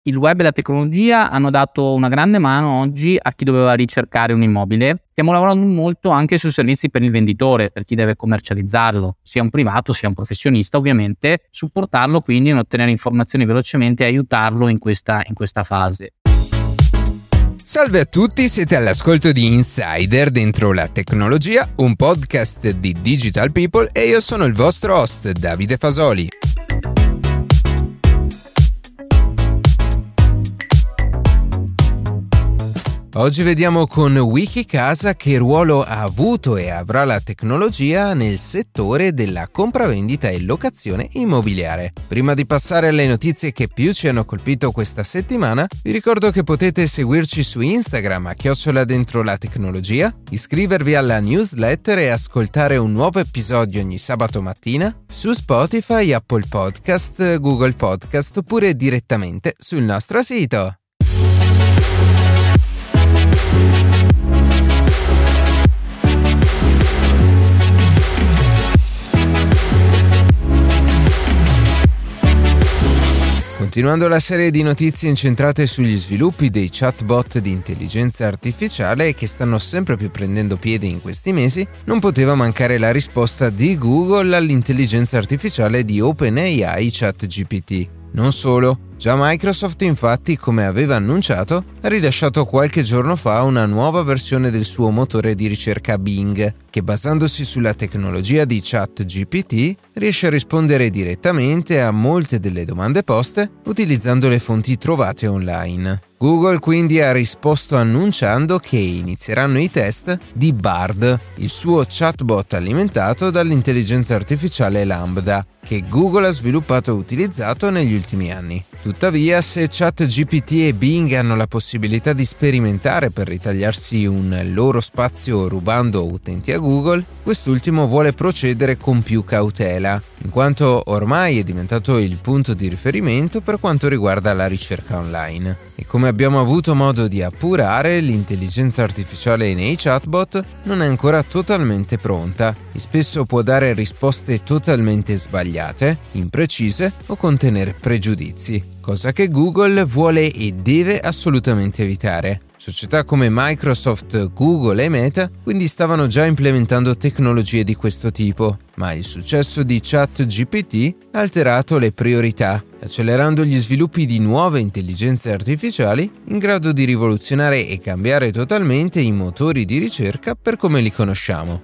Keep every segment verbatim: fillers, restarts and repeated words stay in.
Il web e la tecnologia hanno dato una grande mano oggi a chi doveva ricercare un immobile. Stiamo lavorando molto anche sui servizi per il venditore, per chi deve commercializzarlo, sia un privato sia un professionista ovviamente, supportarlo quindi in ottenere informazioni velocemente e aiutarlo in questa, in questa fase. Salve a tutti, siete all'ascolto di Insider dentro la tecnologia, un podcast di Digital People e io sono il vostro host Davide Fasoli. Oggi vediamo con Wikicasa che ruolo ha avuto e avrà la tecnologia nel settore della compravendita e locazione immobiliare. Prima di passare alle notizie che più ci hanno colpito questa settimana, vi ricordo che potete seguirci su Instagram a chiocciola dentro la tecnologia, iscrivervi alla newsletter e ascoltare un nuovo episodio ogni sabato mattina su Spotify, Apple Podcast, Google Podcast oppure direttamente sul nostro sito. Continuando la serie di notizie incentrate sugli sviluppi dei chatbot di intelligenza artificiale che stanno sempre più prendendo piede in questi mesi, non poteva mancare la risposta di Google all'intelligenza artificiale di OpenAI ChatGPT. Non solo, già Microsoft infatti, come aveva annunciato, ha rilasciato qualche giorno fa una nuova versione del suo motore di ricerca Bing, che basandosi sulla tecnologia di ChatGPT riesce a rispondere direttamente a molte delle domande poste utilizzando le fonti trovate online. Google quindi ha risposto annunciando che inizieranno i test di Bard, il suo chatbot alimentato dall'intelligenza artificiale Lambda, che Google ha sviluppato e utilizzato negli ultimi anni. Tuttavia, se ChatGPT e Bing hanno la possibilità di sperimentare per ritagliarsi un loro spazio rubando utenti a Google, quest'ultimo vuole procedere con più cautela, in quanto ormai è diventato il punto di riferimento per quanto riguarda la ricerca online. E come abbiamo avuto modo di appurare, l'intelligenza artificiale nei chatbot non è ancora totalmente pronta e spesso può dare risposte totalmente sbagliate, imprecise o contenere pregiudizi, cosa che Google vuole e deve assolutamente evitare. Società come Microsoft, Google e Meta quindi stavano già implementando tecnologie di questo tipo, ma il successo di ChatGPT ha alterato le priorità, accelerando gli sviluppi di nuove intelligenze artificiali in grado di rivoluzionare e cambiare totalmente i motori di ricerca per come li conosciamo.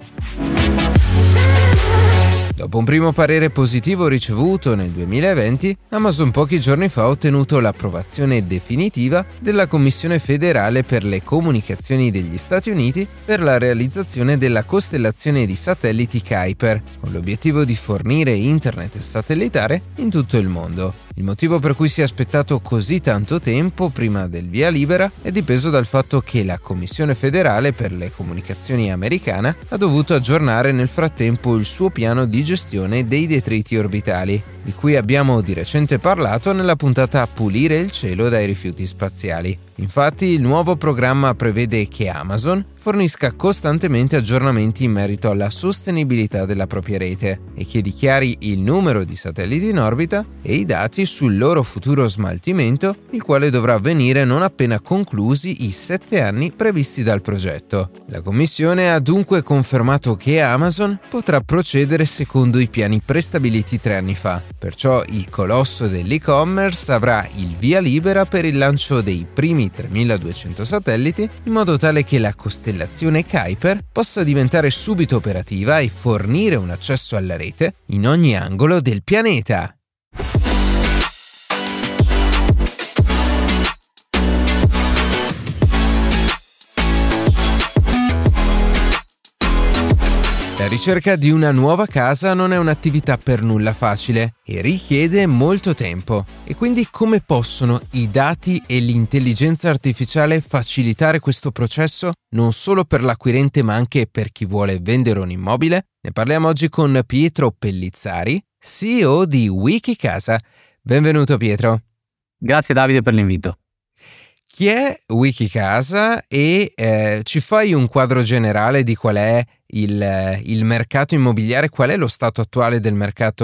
Dopo un primo parere positivo ricevuto nel duemilaventi, Amazon pochi giorni fa ha ottenuto l'approvazione definitiva della Commissione federale per le comunicazioni degli Stati Uniti per la realizzazione della costellazione di satelliti Kuiper, con l'obiettivo di fornire internet satellitare in tutto il mondo. Il motivo per cui si è aspettato così tanto tempo prima del via libera è dipeso dal fatto che la Commissione federale per le comunicazioni americana ha dovuto aggiornare nel frattempo il suo piano di gestione dei detriti orbitali, di cui abbiamo di recente parlato nella puntata Pulire il cielo dai rifiuti spaziali. Infatti, il nuovo programma prevede che Amazon fornisca costantemente aggiornamenti in merito alla sostenibilità della propria rete e che dichiari il numero di satelliti in orbita e i dati sul loro futuro smaltimento, il quale dovrà avvenire non appena conclusi i sette anni previsti dal progetto. La Commissione ha dunque confermato che Amazon potrà procedere secondo i piani prestabiliti tre anni fa, perciò il colosso dell'e-commerce avrà il via libera per il lancio dei primi tremiladuecento satelliti in modo tale che la costellazione Kuiper possa diventare subito operativa e fornire un accesso alla rete in ogni angolo del pianeta. La ricerca di una nuova casa non è un'attività per nulla facile e richiede molto tempo. E quindi come possono i dati e l'intelligenza artificiale facilitare questo processo non solo per l'acquirente ma anche per chi vuole vendere un immobile? Ne parliamo oggi con Pietro Pellizzari, C E O di Wikicasa. Benvenuto Pietro. Grazie Davide per l'invito. Chi è Wikicasa e eh, ci fai un quadro generale di qual è il, il mercato immobiliare, qual è lo stato attuale del mercato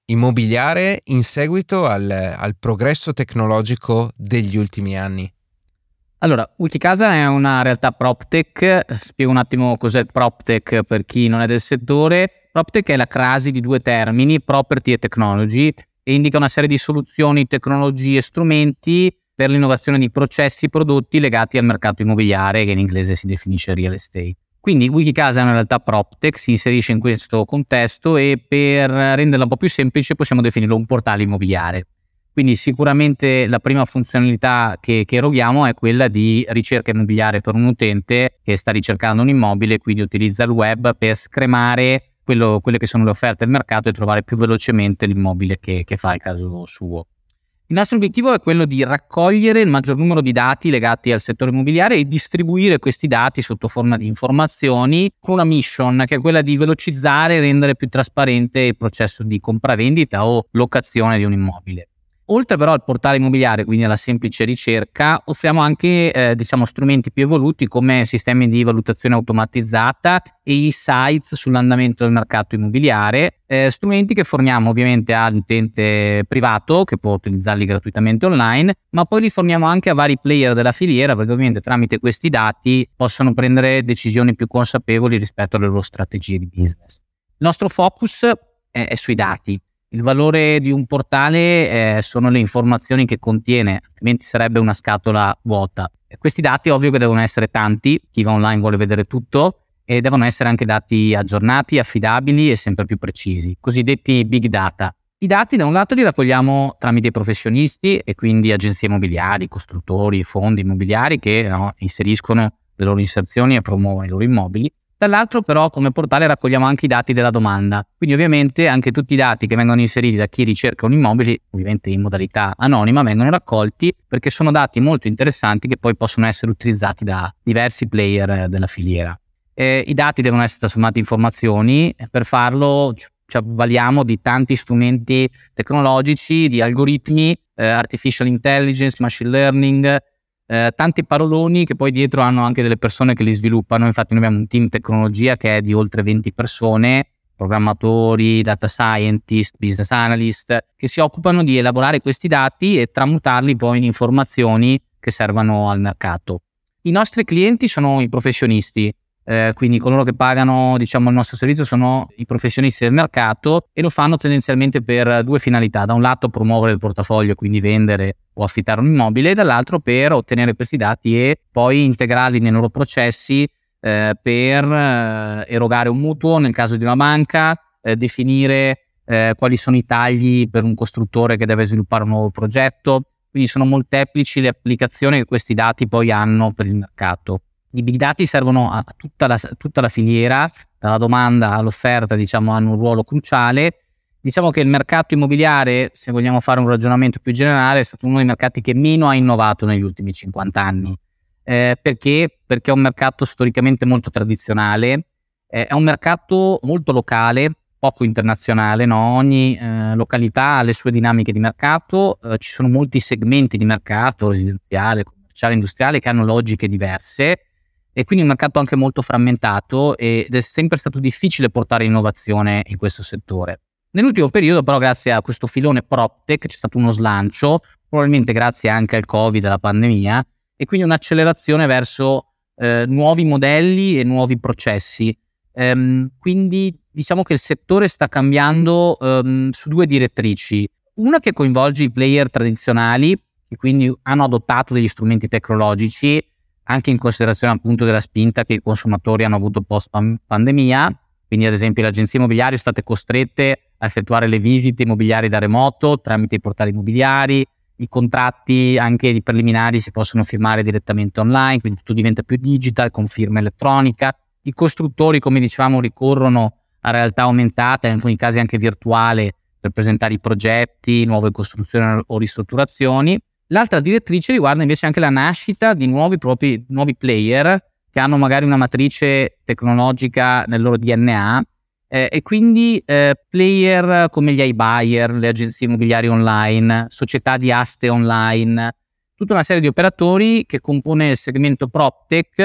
immobiliare in seguito al, al progresso tecnologico degli ultimi anni? Allora, Wikicasa è una realtà PropTech. Spiego un attimo cos'è il PropTech per chi non è del settore. PropTech è la crasi di due termini, property e technology, e indica una serie di soluzioni, tecnologie e strumenti per l'innovazione di processi e prodotti legati al mercato immobiliare, che in inglese si definisce real estate. Quindi Wikicasa è una realtà PropTech, si inserisce in questo contesto e per renderla un po' più semplice possiamo definirlo un portale immobiliare. Quindi sicuramente la prima funzionalità che, che eroghiamo è quella di ricerca immobiliare per un utente che sta ricercando un immobile, quindi utilizza il web per scremare quello, quelle che sono le offerte del mercato e trovare più velocemente l'immobile che, che fa il caso suo. Il nostro obiettivo è quello di raccogliere il maggior numero di dati legati al settore immobiliare e distribuire questi dati sotto forma di informazioni con una mission che è quella di velocizzare e rendere più trasparente il processo di compravendita o locazione di un immobile. Oltre però al portale immobiliare, quindi alla semplice ricerca, offriamo anche eh, diciamo strumenti più evoluti come sistemi di valutazione automatizzata e insights sull'andamento del mercato immobiliare, eh, strumenti che forniamo ovviamente all'utente privato che può utilizzarli gratuitamente online, ma poi li forniamo anche a vari player della filiera perché ovviamente tramite questi dati possono prendere decisioni più consapevoli rispetto alle loro strategie di business. Il nostro focus è, è sui dati. Il valore di un portale eh, sono le informazioni che contiene, altrimenti sarebbe una scatola vuota. E questi dati ovvio che devono essere tanti, chi va online vuole vedere tutto, e devono essere anche dati aggiornati, affidabili e sempre più precisi, cosiddetti big data. I dati da un lato li raccogliamo tramite i professionisti e quindi agenzie immobiliari, costruttori, fondi immobiliari che no, inseriscono le loro inserzioni e promuovono i loro immobili. Dall'altro però come portale raccogliamo anche i dati della domanda, quindi ovviamente anche tutti i dati che vengono inseriti da chi ricerca un immobile, ovviamente in modalità anonima, vengono raccolti perché sono dati molto interessanti che poi possono essere utilizzati da diversi player della filiera. Eh, I dati devono essere trasformati in informazioni e per farlo ci avvaliamo di tanti strumenti tecnologici, di algoritmi, eh, artificial intelligence, machine learning, Eh, tanti paroloni che poi dietro hanno anche delle persone che li sviluppano. Infatti noi abbiamo un team tecnologia che è di oltre venti persone, programmatori, data scientist, business analyst, che si occupano di elaborare questi dati e tramutarli poi in informazioni che servano al mercato. I nostri clienti sono i professionisti, eh, quindi coloro che pagano diciamo il nostro servizio sono i professionisti del mercato e lo fanno tendenzialmente per due finalità: da un lato promuovere il portafoglio, quindi vendere o affittare un immobile, e dall'altro per ottenere questi dati e poi integrarli nei loro processi eh, per eh, erogare un mutuo nel caso di una banca, eh, definire eh, quali sono i tagli per un costruttore che deve sviluppare un nuovo progetto. Quindi sono molteplici le applicazioni che questi dati poi hanno per il mercato. I big dati servono a tutta la, tutta la filiera, dalla domanda all'offerta, diciamo, hanno un ruolo cruciale. Diciamo che il mercato immobiliare, se vogliamo fare un ragionamento più generale, è stato uno dei mercati che meno ha innovato negli ultimi cinquanta anni. Eh, perché? Perché è un mercato storicamente molto tradizionale, eh, è un mercato molto locale, poco internazionale, no? Ogni eh, località ha le sue dinamiche di mercato, eh, ci sono molti segmenti di mercato, residenziale, commerciale, industriale, che hanno logiche diverse, e quindi un mercato anche molto frammentato ed è sempre stato difficile portare innovazione in questo settore. Nell'ultimo periodo però, grazie a questo filone PropTech, c'è stato uno slancio, probabilmente grazie anche al Covid e alla pandemia, e quindi un'accelerazione verso eh, nuovi modelli e nuovi processi. Ehm, quindi diciamo che il settore sta cambiando ehm, su due direttrici. Una che coinvolge i player tradizionali, che quindi hanno adottato degli strumenti tecnologici, anche in considerazione appunto della spinta che i consumatori hanno avuto post pandemia. Quindi ad esempio le agenzie immobiliari sono state costrette a effettuare le visite immobiliari da remoto tramite i portali immobiliari, i contratti anche i preliminari si possono firmare direttamente online, quindi tutto diventa più digital, con firma elettronica. I costruttori, come dicevamo, ricorrono a realtà aumentata, in alcuni casi anche virtuale, per presentare i progetti, nuove costruzioni o ristrutturazioni. L'altra direttrice riguarda invece anche la nascita di nuovi, propri, nuovi player che hanno magari una matrice tecnologica nel loro D N A eh, e quindi eh, player come gli iBuyer, le agenzie immobiliari online, società di aste online, tutta una serie di operatori che compone il segmento PropTech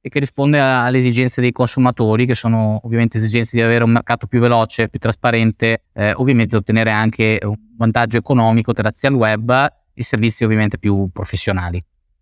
e che risponde alle esigenze dei consumatori, che sono ovviamente esigenze di avere un mercato più veloce, più trasparente, eh, ovviamente ottenere anche un vantaggio economico grazie al web e servizi ovviamente più professionali.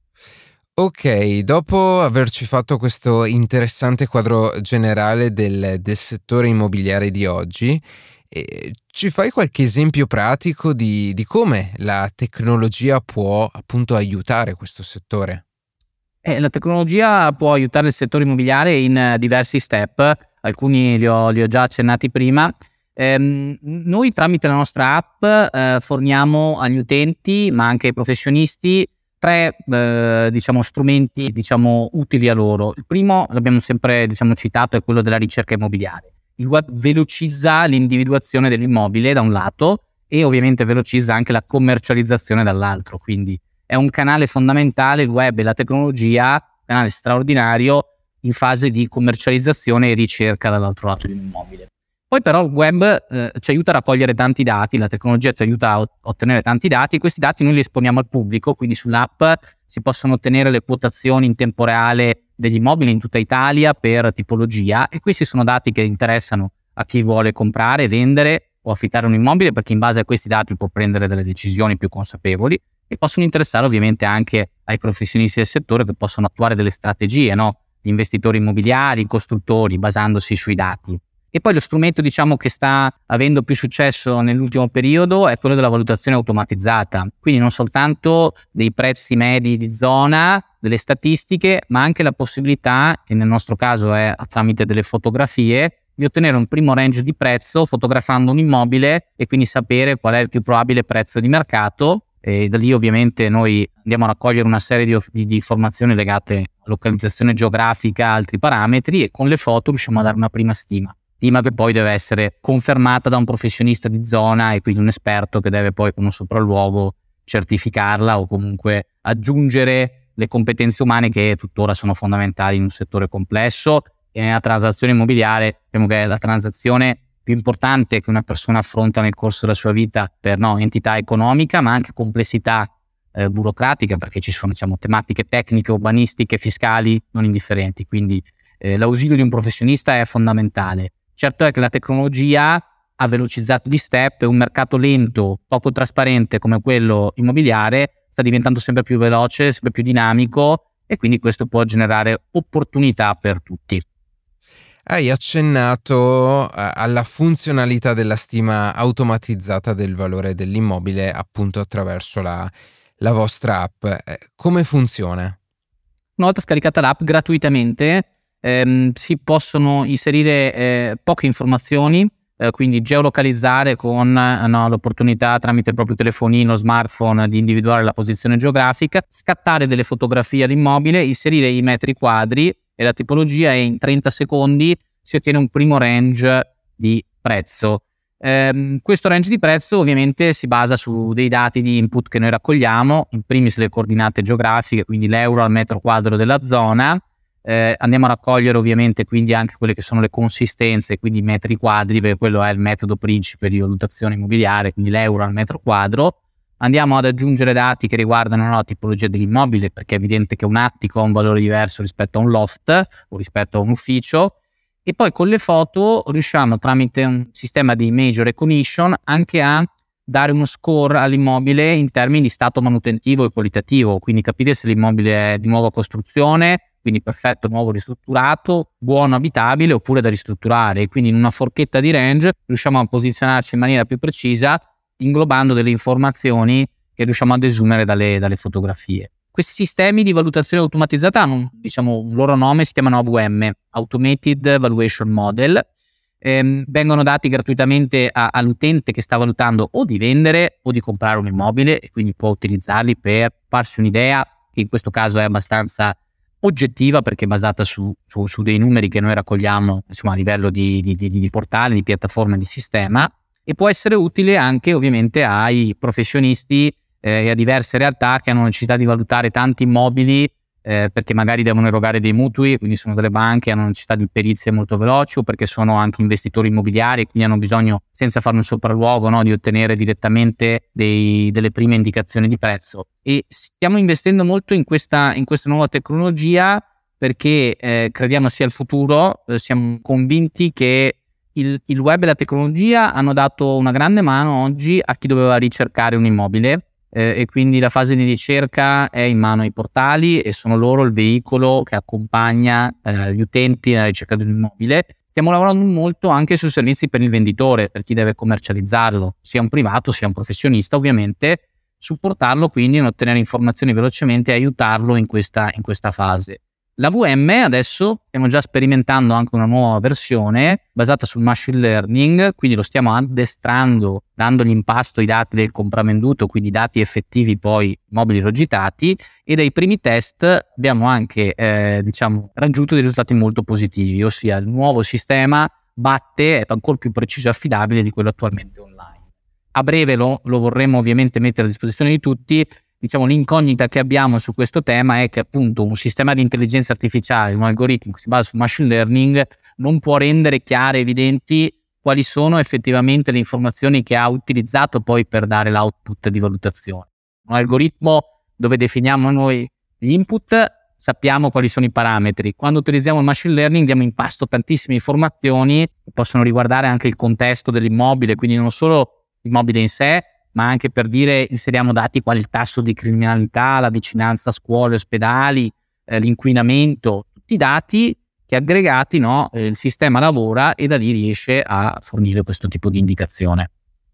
Ok, dopo averci fatto questo interessante quadro generale del, del settore immobiliare di oggi, eh, ci fai qualche esempio pratico di, di come la tecnologia può appunto aiutare questo settore? Eh, la tecnologia può aiutare il settore immobiliare in eh, diversi step, alcuni li ho, li ho già accennati prima. Ehm, noi tramite la nostra app eh, forniamo agli utenti, ma anche ai professionisti, tre eh, diciamo, strumenti diciamo, utili a loro. Il primo, l'abbiamo sempre diciamo, citato, è quello della ricerca immobiliare. Il web velocizza l'individuazione dell'immobile da un lato e ovviamente velocizza anche la commercializzazione dall'altro, quindi è un canale fondamentale, il web e la tecnologia, un canale straordinario in fase di commercializzazione e ricerca dall'altro lato di un immobile. Poi però il web eh, ci aiuta a raccogliere tanti dati, la tecnologia ci aiuta a ottenere tanti dati e questi dati noi li esponiamo al pubblico, quindi sull'app si possono ottenere le quotazioni in tempo reale degli immobili in tutta Italia per tipologia e questi sono dati che interessano a chi vuole comprare, vendere o affittare un immobile, perché in base a questi dati può prendere delle decisioni più consapevoli e possono interessare ovviamente anche ai professionisti del settore che possono attuare delle strategie, no? Gli investitori immobiliari, i costruttori, basandosi sui dati. E poi lo strumento diciamo che sta avendo più successo nell'ultimo periodo è quello della valutazione automatizzata, quindi non soltanto dei prezzi medi di zona, delle statistiche, ma anche la possibilità, e nel nostro caso è tramite delle fotografie, di ottenere un primo range di prezzo fotografando un immobile e quindi sapere qual è il più probabile prezzo di mercato. E da lì ovviamente noi andiamo a raccogliere una serie di, di, di informazioni legate a localizzazione geografica, altri parametri e con le foto riusciamo a dare una prima stima. Stima che poi deve essere confermata da un professionista di zona e quindi un esperto che deve poi con un sopralluogo certificarla o comunque aggiungere le competenze umane che tuttora sono fondamentali in un settore complesso e nella transazione immobiliare. Diciamo che è la transazione più importante che una persona affronta nel corso della sua vita per no, entità economica, ma anche complessità eh, burocratica, perché ci sono diciamo, tematiche tecniche, urbanistiche, fiscali non indifferenti. Quindi eh, l'ausilio di un professionista è fondamentale. Certo è che la tecnologia ha velocizzato gli step e un mercato lento, poco trasparente come quello immobiliare sta diventando sempre più veloce, sempre più dinamico e quindi questo può generare opportunità per tutti. Hai accennato eh, alla funzionalità della stima automatizzata del valore dell'immobile appunto attraverso la, la vostra app. Eh, come funziona? Una volta scaricata l'app gratuitamente ehm, si possono inserire eh, poche informazioni, eh, quindi geolocalizzare con eh, no, l'opportunità tramite il proprio telefonino, smartphone di individuare la posizione geografica, scattare delle fotografie all'immobile, inserire i metri quadri e la tipologia e in trenta secondi si ottiene un primo range di prezzo. Ehm, questo range di prezzo ovviamente si basa su dei dati di input che noi raccogliamo, in primis le coordinate geografiche, quindi l'euro al metro quadro della zona. Eh, andiamo a raccogliere ovviamente quindi anche quelle che sono le consistenze, quindi i metri quadri, perché quello è il metodo principe di valutazione immobiliare, quindi l'euro al metro quadro. Andiamo ad aggiungere dati che riguardano no, la tipologia dell'immobile, perché è evidente che un attico ha un valore diverso rispetto a un loft o rispetto a un ufficio, e poi con le foto riusciamo tramite un sistema di image recognition anche a dare uno score all'immobile in termini di stato manutentivo e qualitativo, quindi capire se l'immobile è di nuova costruzione, quindi perfetto, nuovo, ristrutturato, buono, abitabile oppure da ristrutturare, e quindi in una forchetta di range riusciamo a posizionarci in maniera più precisa inglobando delle informazioni che riusciamo ad desumere dalle, dalle fotografie. Questi sistemi di valutazione automatizzata hanno diciamo, un loro nome, si chiamano A V M, Automated Valuation Model, ehm, vengono dati gratuitamente a, all'utente che sta valutando o di vendere o di comprare un immobile e quindi può utilizzarli per farsi un'idea, che in questo caso è abbastanza oggettiva perché è basata su, su, su dei numeri che noi raccogliamo insomma, a livello di, di, di, di portale, di piattaforma, di sistema, e può essere utile anche ovviamente ai professionisti eh, e a diverse realtà che hanno necessità di valutare tanti immobili eh, perché magari devono erogare dei mutui, quindi sono delle banche, hanno necessità di perizie molto veloci, o perché sono anche investitori immobiliari e quindi hanno bisogno, senza fare un sopralluogo, no, di ottenere direttamente dei, delle prime indicazioni di prezzo. E stiamo investendo molto in questa, in questa nuova tecnologia perché eh, crediamo sia il futuro, eh, siamo convinti che il, il web e la tecnologia hanno dato una grande mano oggi a chi doveva ricercare un immobile, eh, e quindi la fase di ricerca è in mano ai portali e sono loro il veicolo che accompagna eh, gli utenti nella ricerca di un immobile. Stiamo lavorando molto anche sui servizi per il venditore, per chi deve commercializzarlo, sia un privato sia un professionista ovviamente, supportarlo quindi in ottenere informazioni velocemente e aiutarlo in questa, in questa fase. La V M adesso stiamo già sperimentando anche una nuova versione basata sul machine learning, quindi lo stiamo addestrando, dandogli in pasto i dati del compravenduto, quindi dati effettivi poi mobili rogitati, e dai primi test abbiamo anche eh, diciamo raggiunto dei risultati molto positivi, ossia il nuovo sistema batte, è ancora più preciso e affidabile di quello attualmente online. A breve lo, lo vorremmo ovviamente mettere a disposizione di tutti. Diciamo, l'incognita che abbiamo su questo tema è che appunto un sistema di intelligenza artificiale, un algoritmo che si basa sul machine learning, non può rendere chiare e evidenti quali sono effettivamente le informazioni che ha utilizzato poi per dare l'output di valutazione. Un algoritmo dove definiamo noi gli input, sappiamo quali sono i parametri. Quando utilizziamo il machine learning diamo in pasto tantissime informazioni che possono riguardare anche il contesto dell'immobile, quindi non solo l'immobile in sé, ma anche, per dire, inseriamo dati quali il tasso di criminalità, la vicinanza a scuole, ospedali, eh, l'inquinamento, tutti i dati che aggregati, no, eh, il sistema lavora e da lì riesce a fornire questo tipo di indicazione.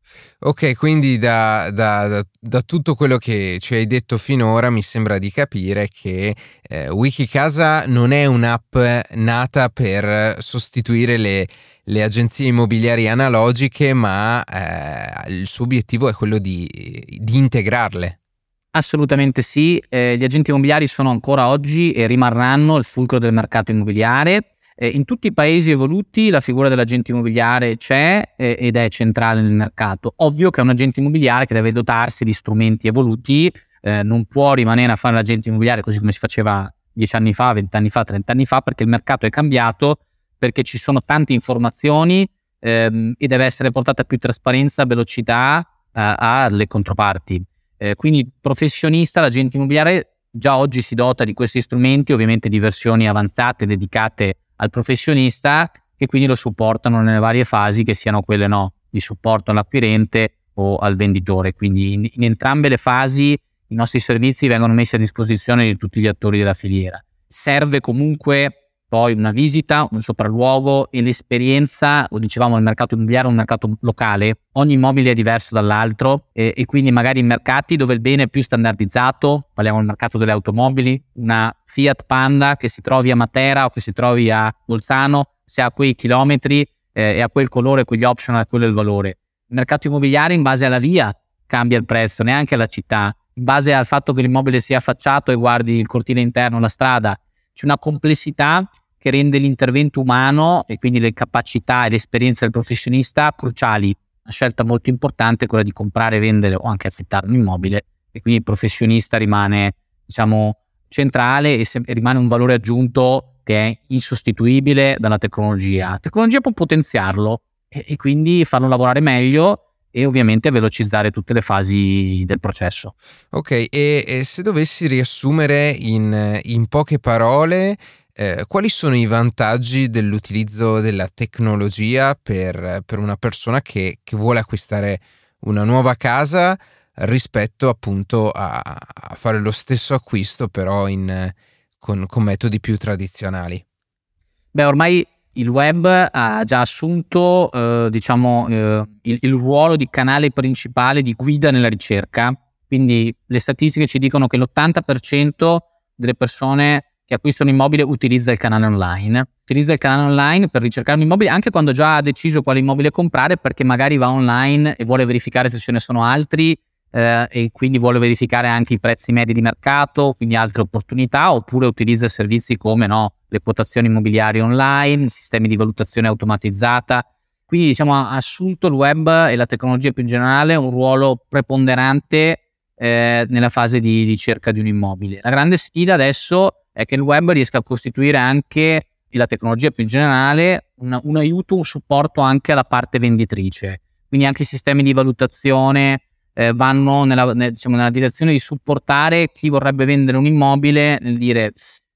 Ok, quindi da, da, da, da tutto quello che ci hai detto finora mi sembra di capire che eh, Wikicasa non è un'app nata per sostituire le, le agenzie immobiliari analogiche, ma eh, il suo obiettivo è quello di, di integrarle. Assolutamente sì, eh, gli agenti immobiliari sono ancora oggi e rimarranno il fulcro del mercato immobiliare. Eh, in tutti i paesi evoluti la figura dell'agente immobiliare c'è eh, ed è centrale nel mercato. Ovvio che è un agente immobiliare che deve dotarsi di strumenti evoluti, eh, non può rimanere a fare l'agente immobiliare così come si faceva dieci anni fa, venti anni fa, trenta anni fa, perché il mercato è cambiato, perché ci sono tante informazioni ehm, e deve essere portata più trasparenza, velocità eh, alle controparti. Eh, quindi professionista, l'agente immobiliare già oggi si dota di questi strumenti, ovviamente di versioni avanzate dedicate al professionista, che quindi lo supportano nelle varie fasi, che siano quelle no di supporto all'acquirente o al venditore. Quindi in, in entrambe le fasi i nostri servizi vengono messi a disposizione di tutti gli attori della filiera. Serve comunque poi una visita, un sopralluogo e l'esperienza. Lo dicevamo, il mercato immobiliare è un mercato locale, ogni immobile è diverso dall'altro e, e quindi magari in mercati dove il bene è più standardizzato, parliamo del mercato delle automobili, una Fiat Panda che si trovi a Matera o che si trovi a Bolzano, se ha quei chilometri eh, e ha quel colore, quegli optional, quello è il valore. Il mercato immobiliare in base alla via cambia il prezzo, neanche alla città, in base al fatto che l'immobile sia affacciato e guardi il cortile interno, la strada. C'è una complessità che rende l'intervento umano e quindi le capacità e l'esperienza del professionista cruciali. Una scelta molto importante è quella di comprare, vendere o anche affittare un immobile, e quindi il professionista rimane, diciamo, centrale e, se- e rimane un valore aggiunto che è insostituibile dalla tecnologia. La tecnologia può potenziarlo e, e quindi farlo lavorare meglio e ovviamente velocizzare tutte le fasi del processo. Ok, e, e se dovessi riassumere in, in poche parole, eh, quali sono i vantaggi dell'utilizzo della tecnologia per, per una persona che, che vuole acquistare una nuova casa rispetto appunto a, a fare lo stesso acquisto però in, con, con metodi più tradizionali? Beh, ormai il web ha già assunto eh, diciamo eh, il, il ruolo di canale principale di guida nella ricerca, quindi le statistiche ci dicono che l'ottanta per cento delle persone che acquistano un immobile utilizza il canale online, utilizza il canale online per ricercare un immobile anche quando già ha deciso quale immobile comprare, perché magari va online e vuole verificare se ce ne sono altri eh, e quindi vuole verificare anche i prezzi medi di mercato, quindi altre opportunità, oppure utilizza servizi come no, le quotazioni immobiliari online, sistemi di valutazione automatizzata. Quindi diciamo ha assunto il web e la tecnologia più in generale un ruolo preponderante eh, nella fase di ricerca di un immobile. La grande sfida adesso è che il web riesca a costituire anche, e la tecnologia più in generale, un, un aiuto, un supporto anche alla parte venditrice. Quindi anche i sistemi di valutazione eh, vanno nella, nel, diciamo, nella direzione di supportare chi vorrebbe vendere un immobile, nel dire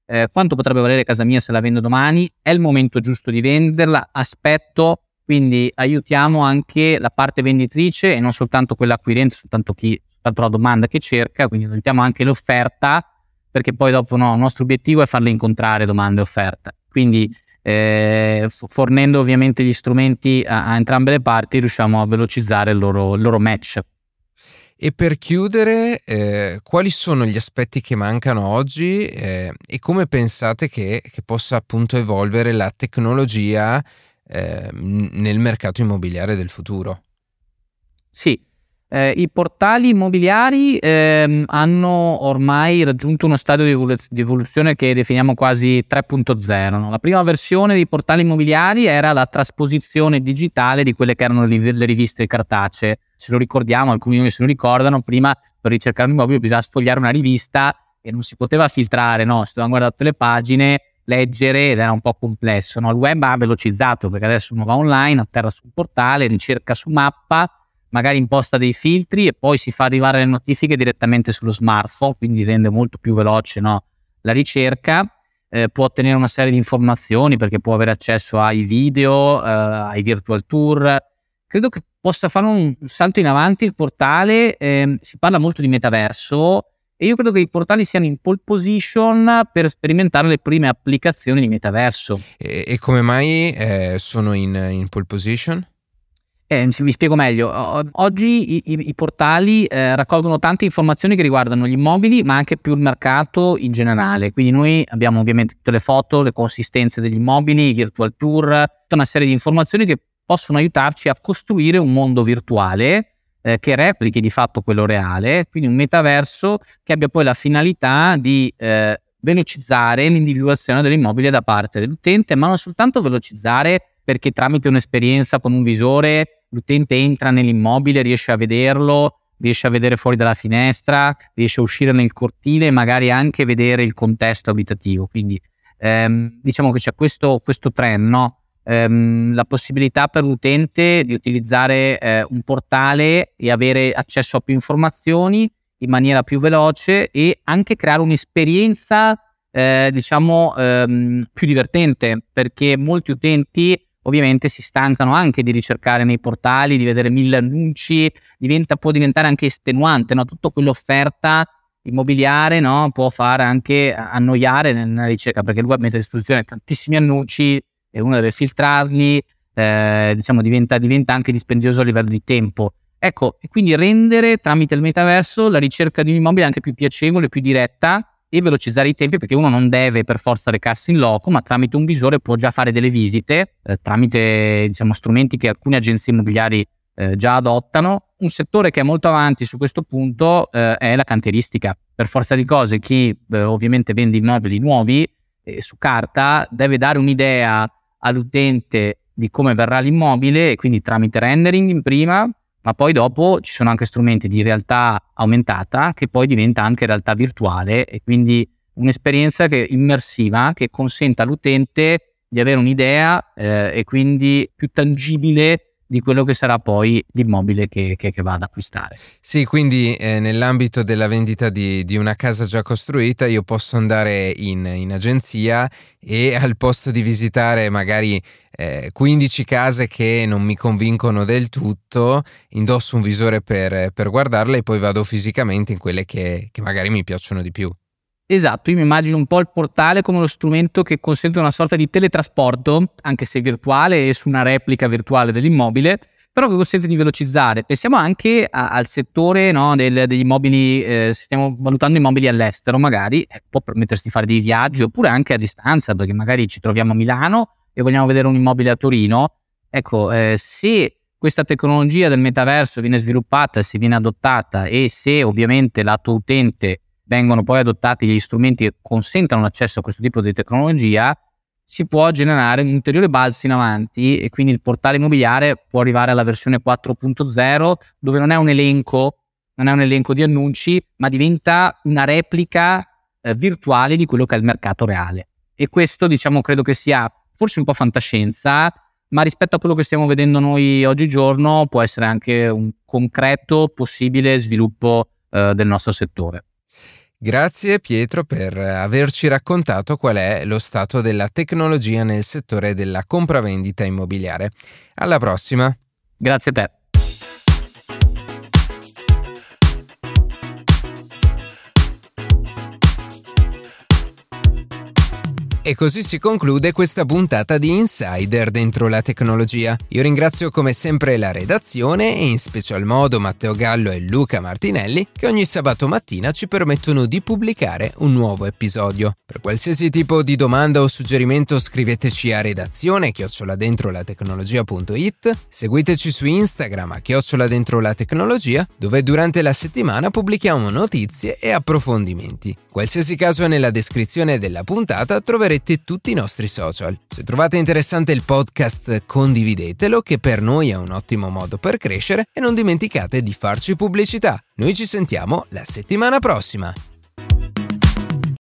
eh, quanto potrebbe valere casa mia se la vendo domani, è il momento giusto di venderla, aspetto, quindi aiutiamo anche la parte venditrice e non soltanto quella acquirente, soltanto chi, soltanto la domanda che cerca, quindi aiutiamo anche l'offerta, perché poi dopo no, il nostro obiettivo è farle incontrare domande e offerte. Quindi eh, fornendo ovviamente gli strumenti a, a entrambe le parti riusciamo a velocizzare il loro, il loro match. E per chiudere, eh, quali sono gli aspetti che mancano oggi eh, e come pensate che, che possa appunto evolvere la tecnologia eh, nel mercato immobiliare del futuro? Sì, eh, i portali immobiliari ehm, hanno ormai raggiunto uno stadio di, evolu- di evoluzione che definiamo quasi tre punto zero. No? La prima versione dei portali immobiliari era la trasposizione digitale di quelle che erano le, le riviste cartacee. Se lo ricordiamo, alcuni di noi se lo ricordano, prima per ricercare un immobile bisognava sfogliare una rivista e non si poteva filtrare, no? Si dovevano guardare tutte le pagine, leggere ed era un po' complesso. No? Il web ha velocizzato perché adesso uno va online, atterra sul portale, ricerca su mappa, magari imposta dei filtri e poi si fa arrivare le notifiche direttamente sullo smartphone, quindi rende molto più veloce, no? La ricerca. Eh, può ottenere una serie di informazioni perché può avere accesso ai video, eh, ai virtual tour. Credo che possa fare un salto in avanti il portale, eh, si parla molto di metaverso e io credo che i portali siano in pole position per sperimentare le prime applicazioni di metaverso. E, e come mai eh, sono in, in pole position? Eh, vi spiego meglio. Oggi i, i, i portali eh, raccolgono tante informazioni che riguardano gli immobili, ma anche più il mercato in generale. Quindi noi abbiamo ovviamente tutte le foto, le consistenze degli immobili, i virtual tour, tutta una serie di informazioni che possono aiutarci a costruire un mondo virtuale eh, che replichi di fatto quello reale, quindi un metaverso che abbia poi la finalità di eh, velocizzare l'individuazione dell'immobile da parte dell'utente, ma non soltanto velocizzare, perché tramite un'esperienza con un visore l'utente entra nell'immobile, riesce a vederlo, riesce a vedere fuori dalla finestra, riesce a uscire nel cortile e magari anche vedere il contesto abitativo. Quindi ehm, diciamo che c'è questo, questo trend, no? Ehm, la possibilità per l'utente di utilizzare eh, un portale e avere accesso a più informazioni in maniera più veloce e anche creare un'esperienza eh, diciamo ehm, più divertente, perché molti utenti ovviamente si stancano anche di ricercare nei portali, di vedere mille annunci, diventa, può diventare anche estenuante, no? Tutto quell'offerta immobiliare, no? Può fare anche annoiare nella ricerca, perché il web mette a disposizione tantissimi annunci e uno deve filtrarli, eh, diciamo diventa, diventa anche dispendioso a livello di tempo. Ecco, e quindi rendere tramite il metaverso la ricerca di un immobile anche più piacevole, più diretta e velocizzare i tempi, perché uno non deve per forza recarsi in loco, ma tramite un visore può già fare delle visite eh, tramite diciamo strumenti che alcune agenzie immobiliari eh, già adottano. Un settore che è molto avanti su questo punto eh, è la cantieristica. Per forza di cose chi eh, ovviamente vende immobili nuovi eh, su carta deve dare un'idea all'utente di come verrà l'immobile, e quindi tramite rendering in prima, ma poi dopo ci sono anche strumenti di realtà aumentata che poi diventa anche realtà virtuale, e quindi un'esperienza che, immersiva, che consenta all'utente di avere un'idea eh, e quindi più tangibile di quello che sarà poi l'immobile che, che, che va ad acquistare. Sì, quindi eh, nell'ambito della vendita di, di una casa già costruita io posso andare in, in agenzia e al posto di visitare magari eh, quindici case che non mi convincono del tutto, indosso un visore per, per guardarle e poi vado fisicamente in quelle che, che magari mi piacciono di più. Esatto, io mi immagino un po' il portale come lo strumento che consente una sorta di teletrasporto, anche se virtuale e su una replica virtuale dell'immobile, però che consente di velocizzare. Pensiamo anche a, al settore, no, del, degli immobili, eh, stiamo valutando immobili all'estero magari, eh, può permettersi di fare dei viaggi oppure anche a distanza, perché magari ci troviamo a Milano e vogliamo vedere un immobile a Torino. Ecco, eh, se questa tecnologia del metaverso viene sviluppata, se viene adottata e se ovviamente lato utente vengono poi adottati gli strumenti che consentono l'accesso a questo tipo di tecnologia, si può generare un ulteriore balzo in avanti, e quindi il portale immobiliare può arrivare alla versione quattro punto zero, dove non è un elenco, non è un elenco di annunci, ma diventa una replica eh, virtuale di quello che è il mercato reale. E questo, diciamo, credo che sia forse un po' fantascienza, ma rispetto a quello che stiamo vedendo noi oggigiorno può essere anche un concreto possibile sviluppo eh, del nostro settore. Grazie Pietro per averci raccontato qual è lo stato della tecnologia nel settore della compravendita immobiliare. Alla prossima. Grazie a te. E così si conclude questa puntata di Insider dentro la tecnologia. Io ringrazio come sempre la redazione e in special modo Matteo Gallo e Luca Martinelli che ogni sabato mattina ci permettono di pubblicare un nuovo episodio. Per qualsiasi tipo di domanda o suggerimento scriveteci a redazione chiocciola dentro la tecnologia punto it, seguiteci su Instagram a chiocciola dentro la tecnologia, dove durante la settimana pubblichiamo notizie e approfondimenti. Qualsiasi caso è nella descrizione della puntata troverete tutti i nostri social. Se trovate interessante il podcast, condividetelo, che per noi è un ottimo modo per crescere, e non dimenticate di farci pubblicità. Noi ci sentiamo la settimana prossima.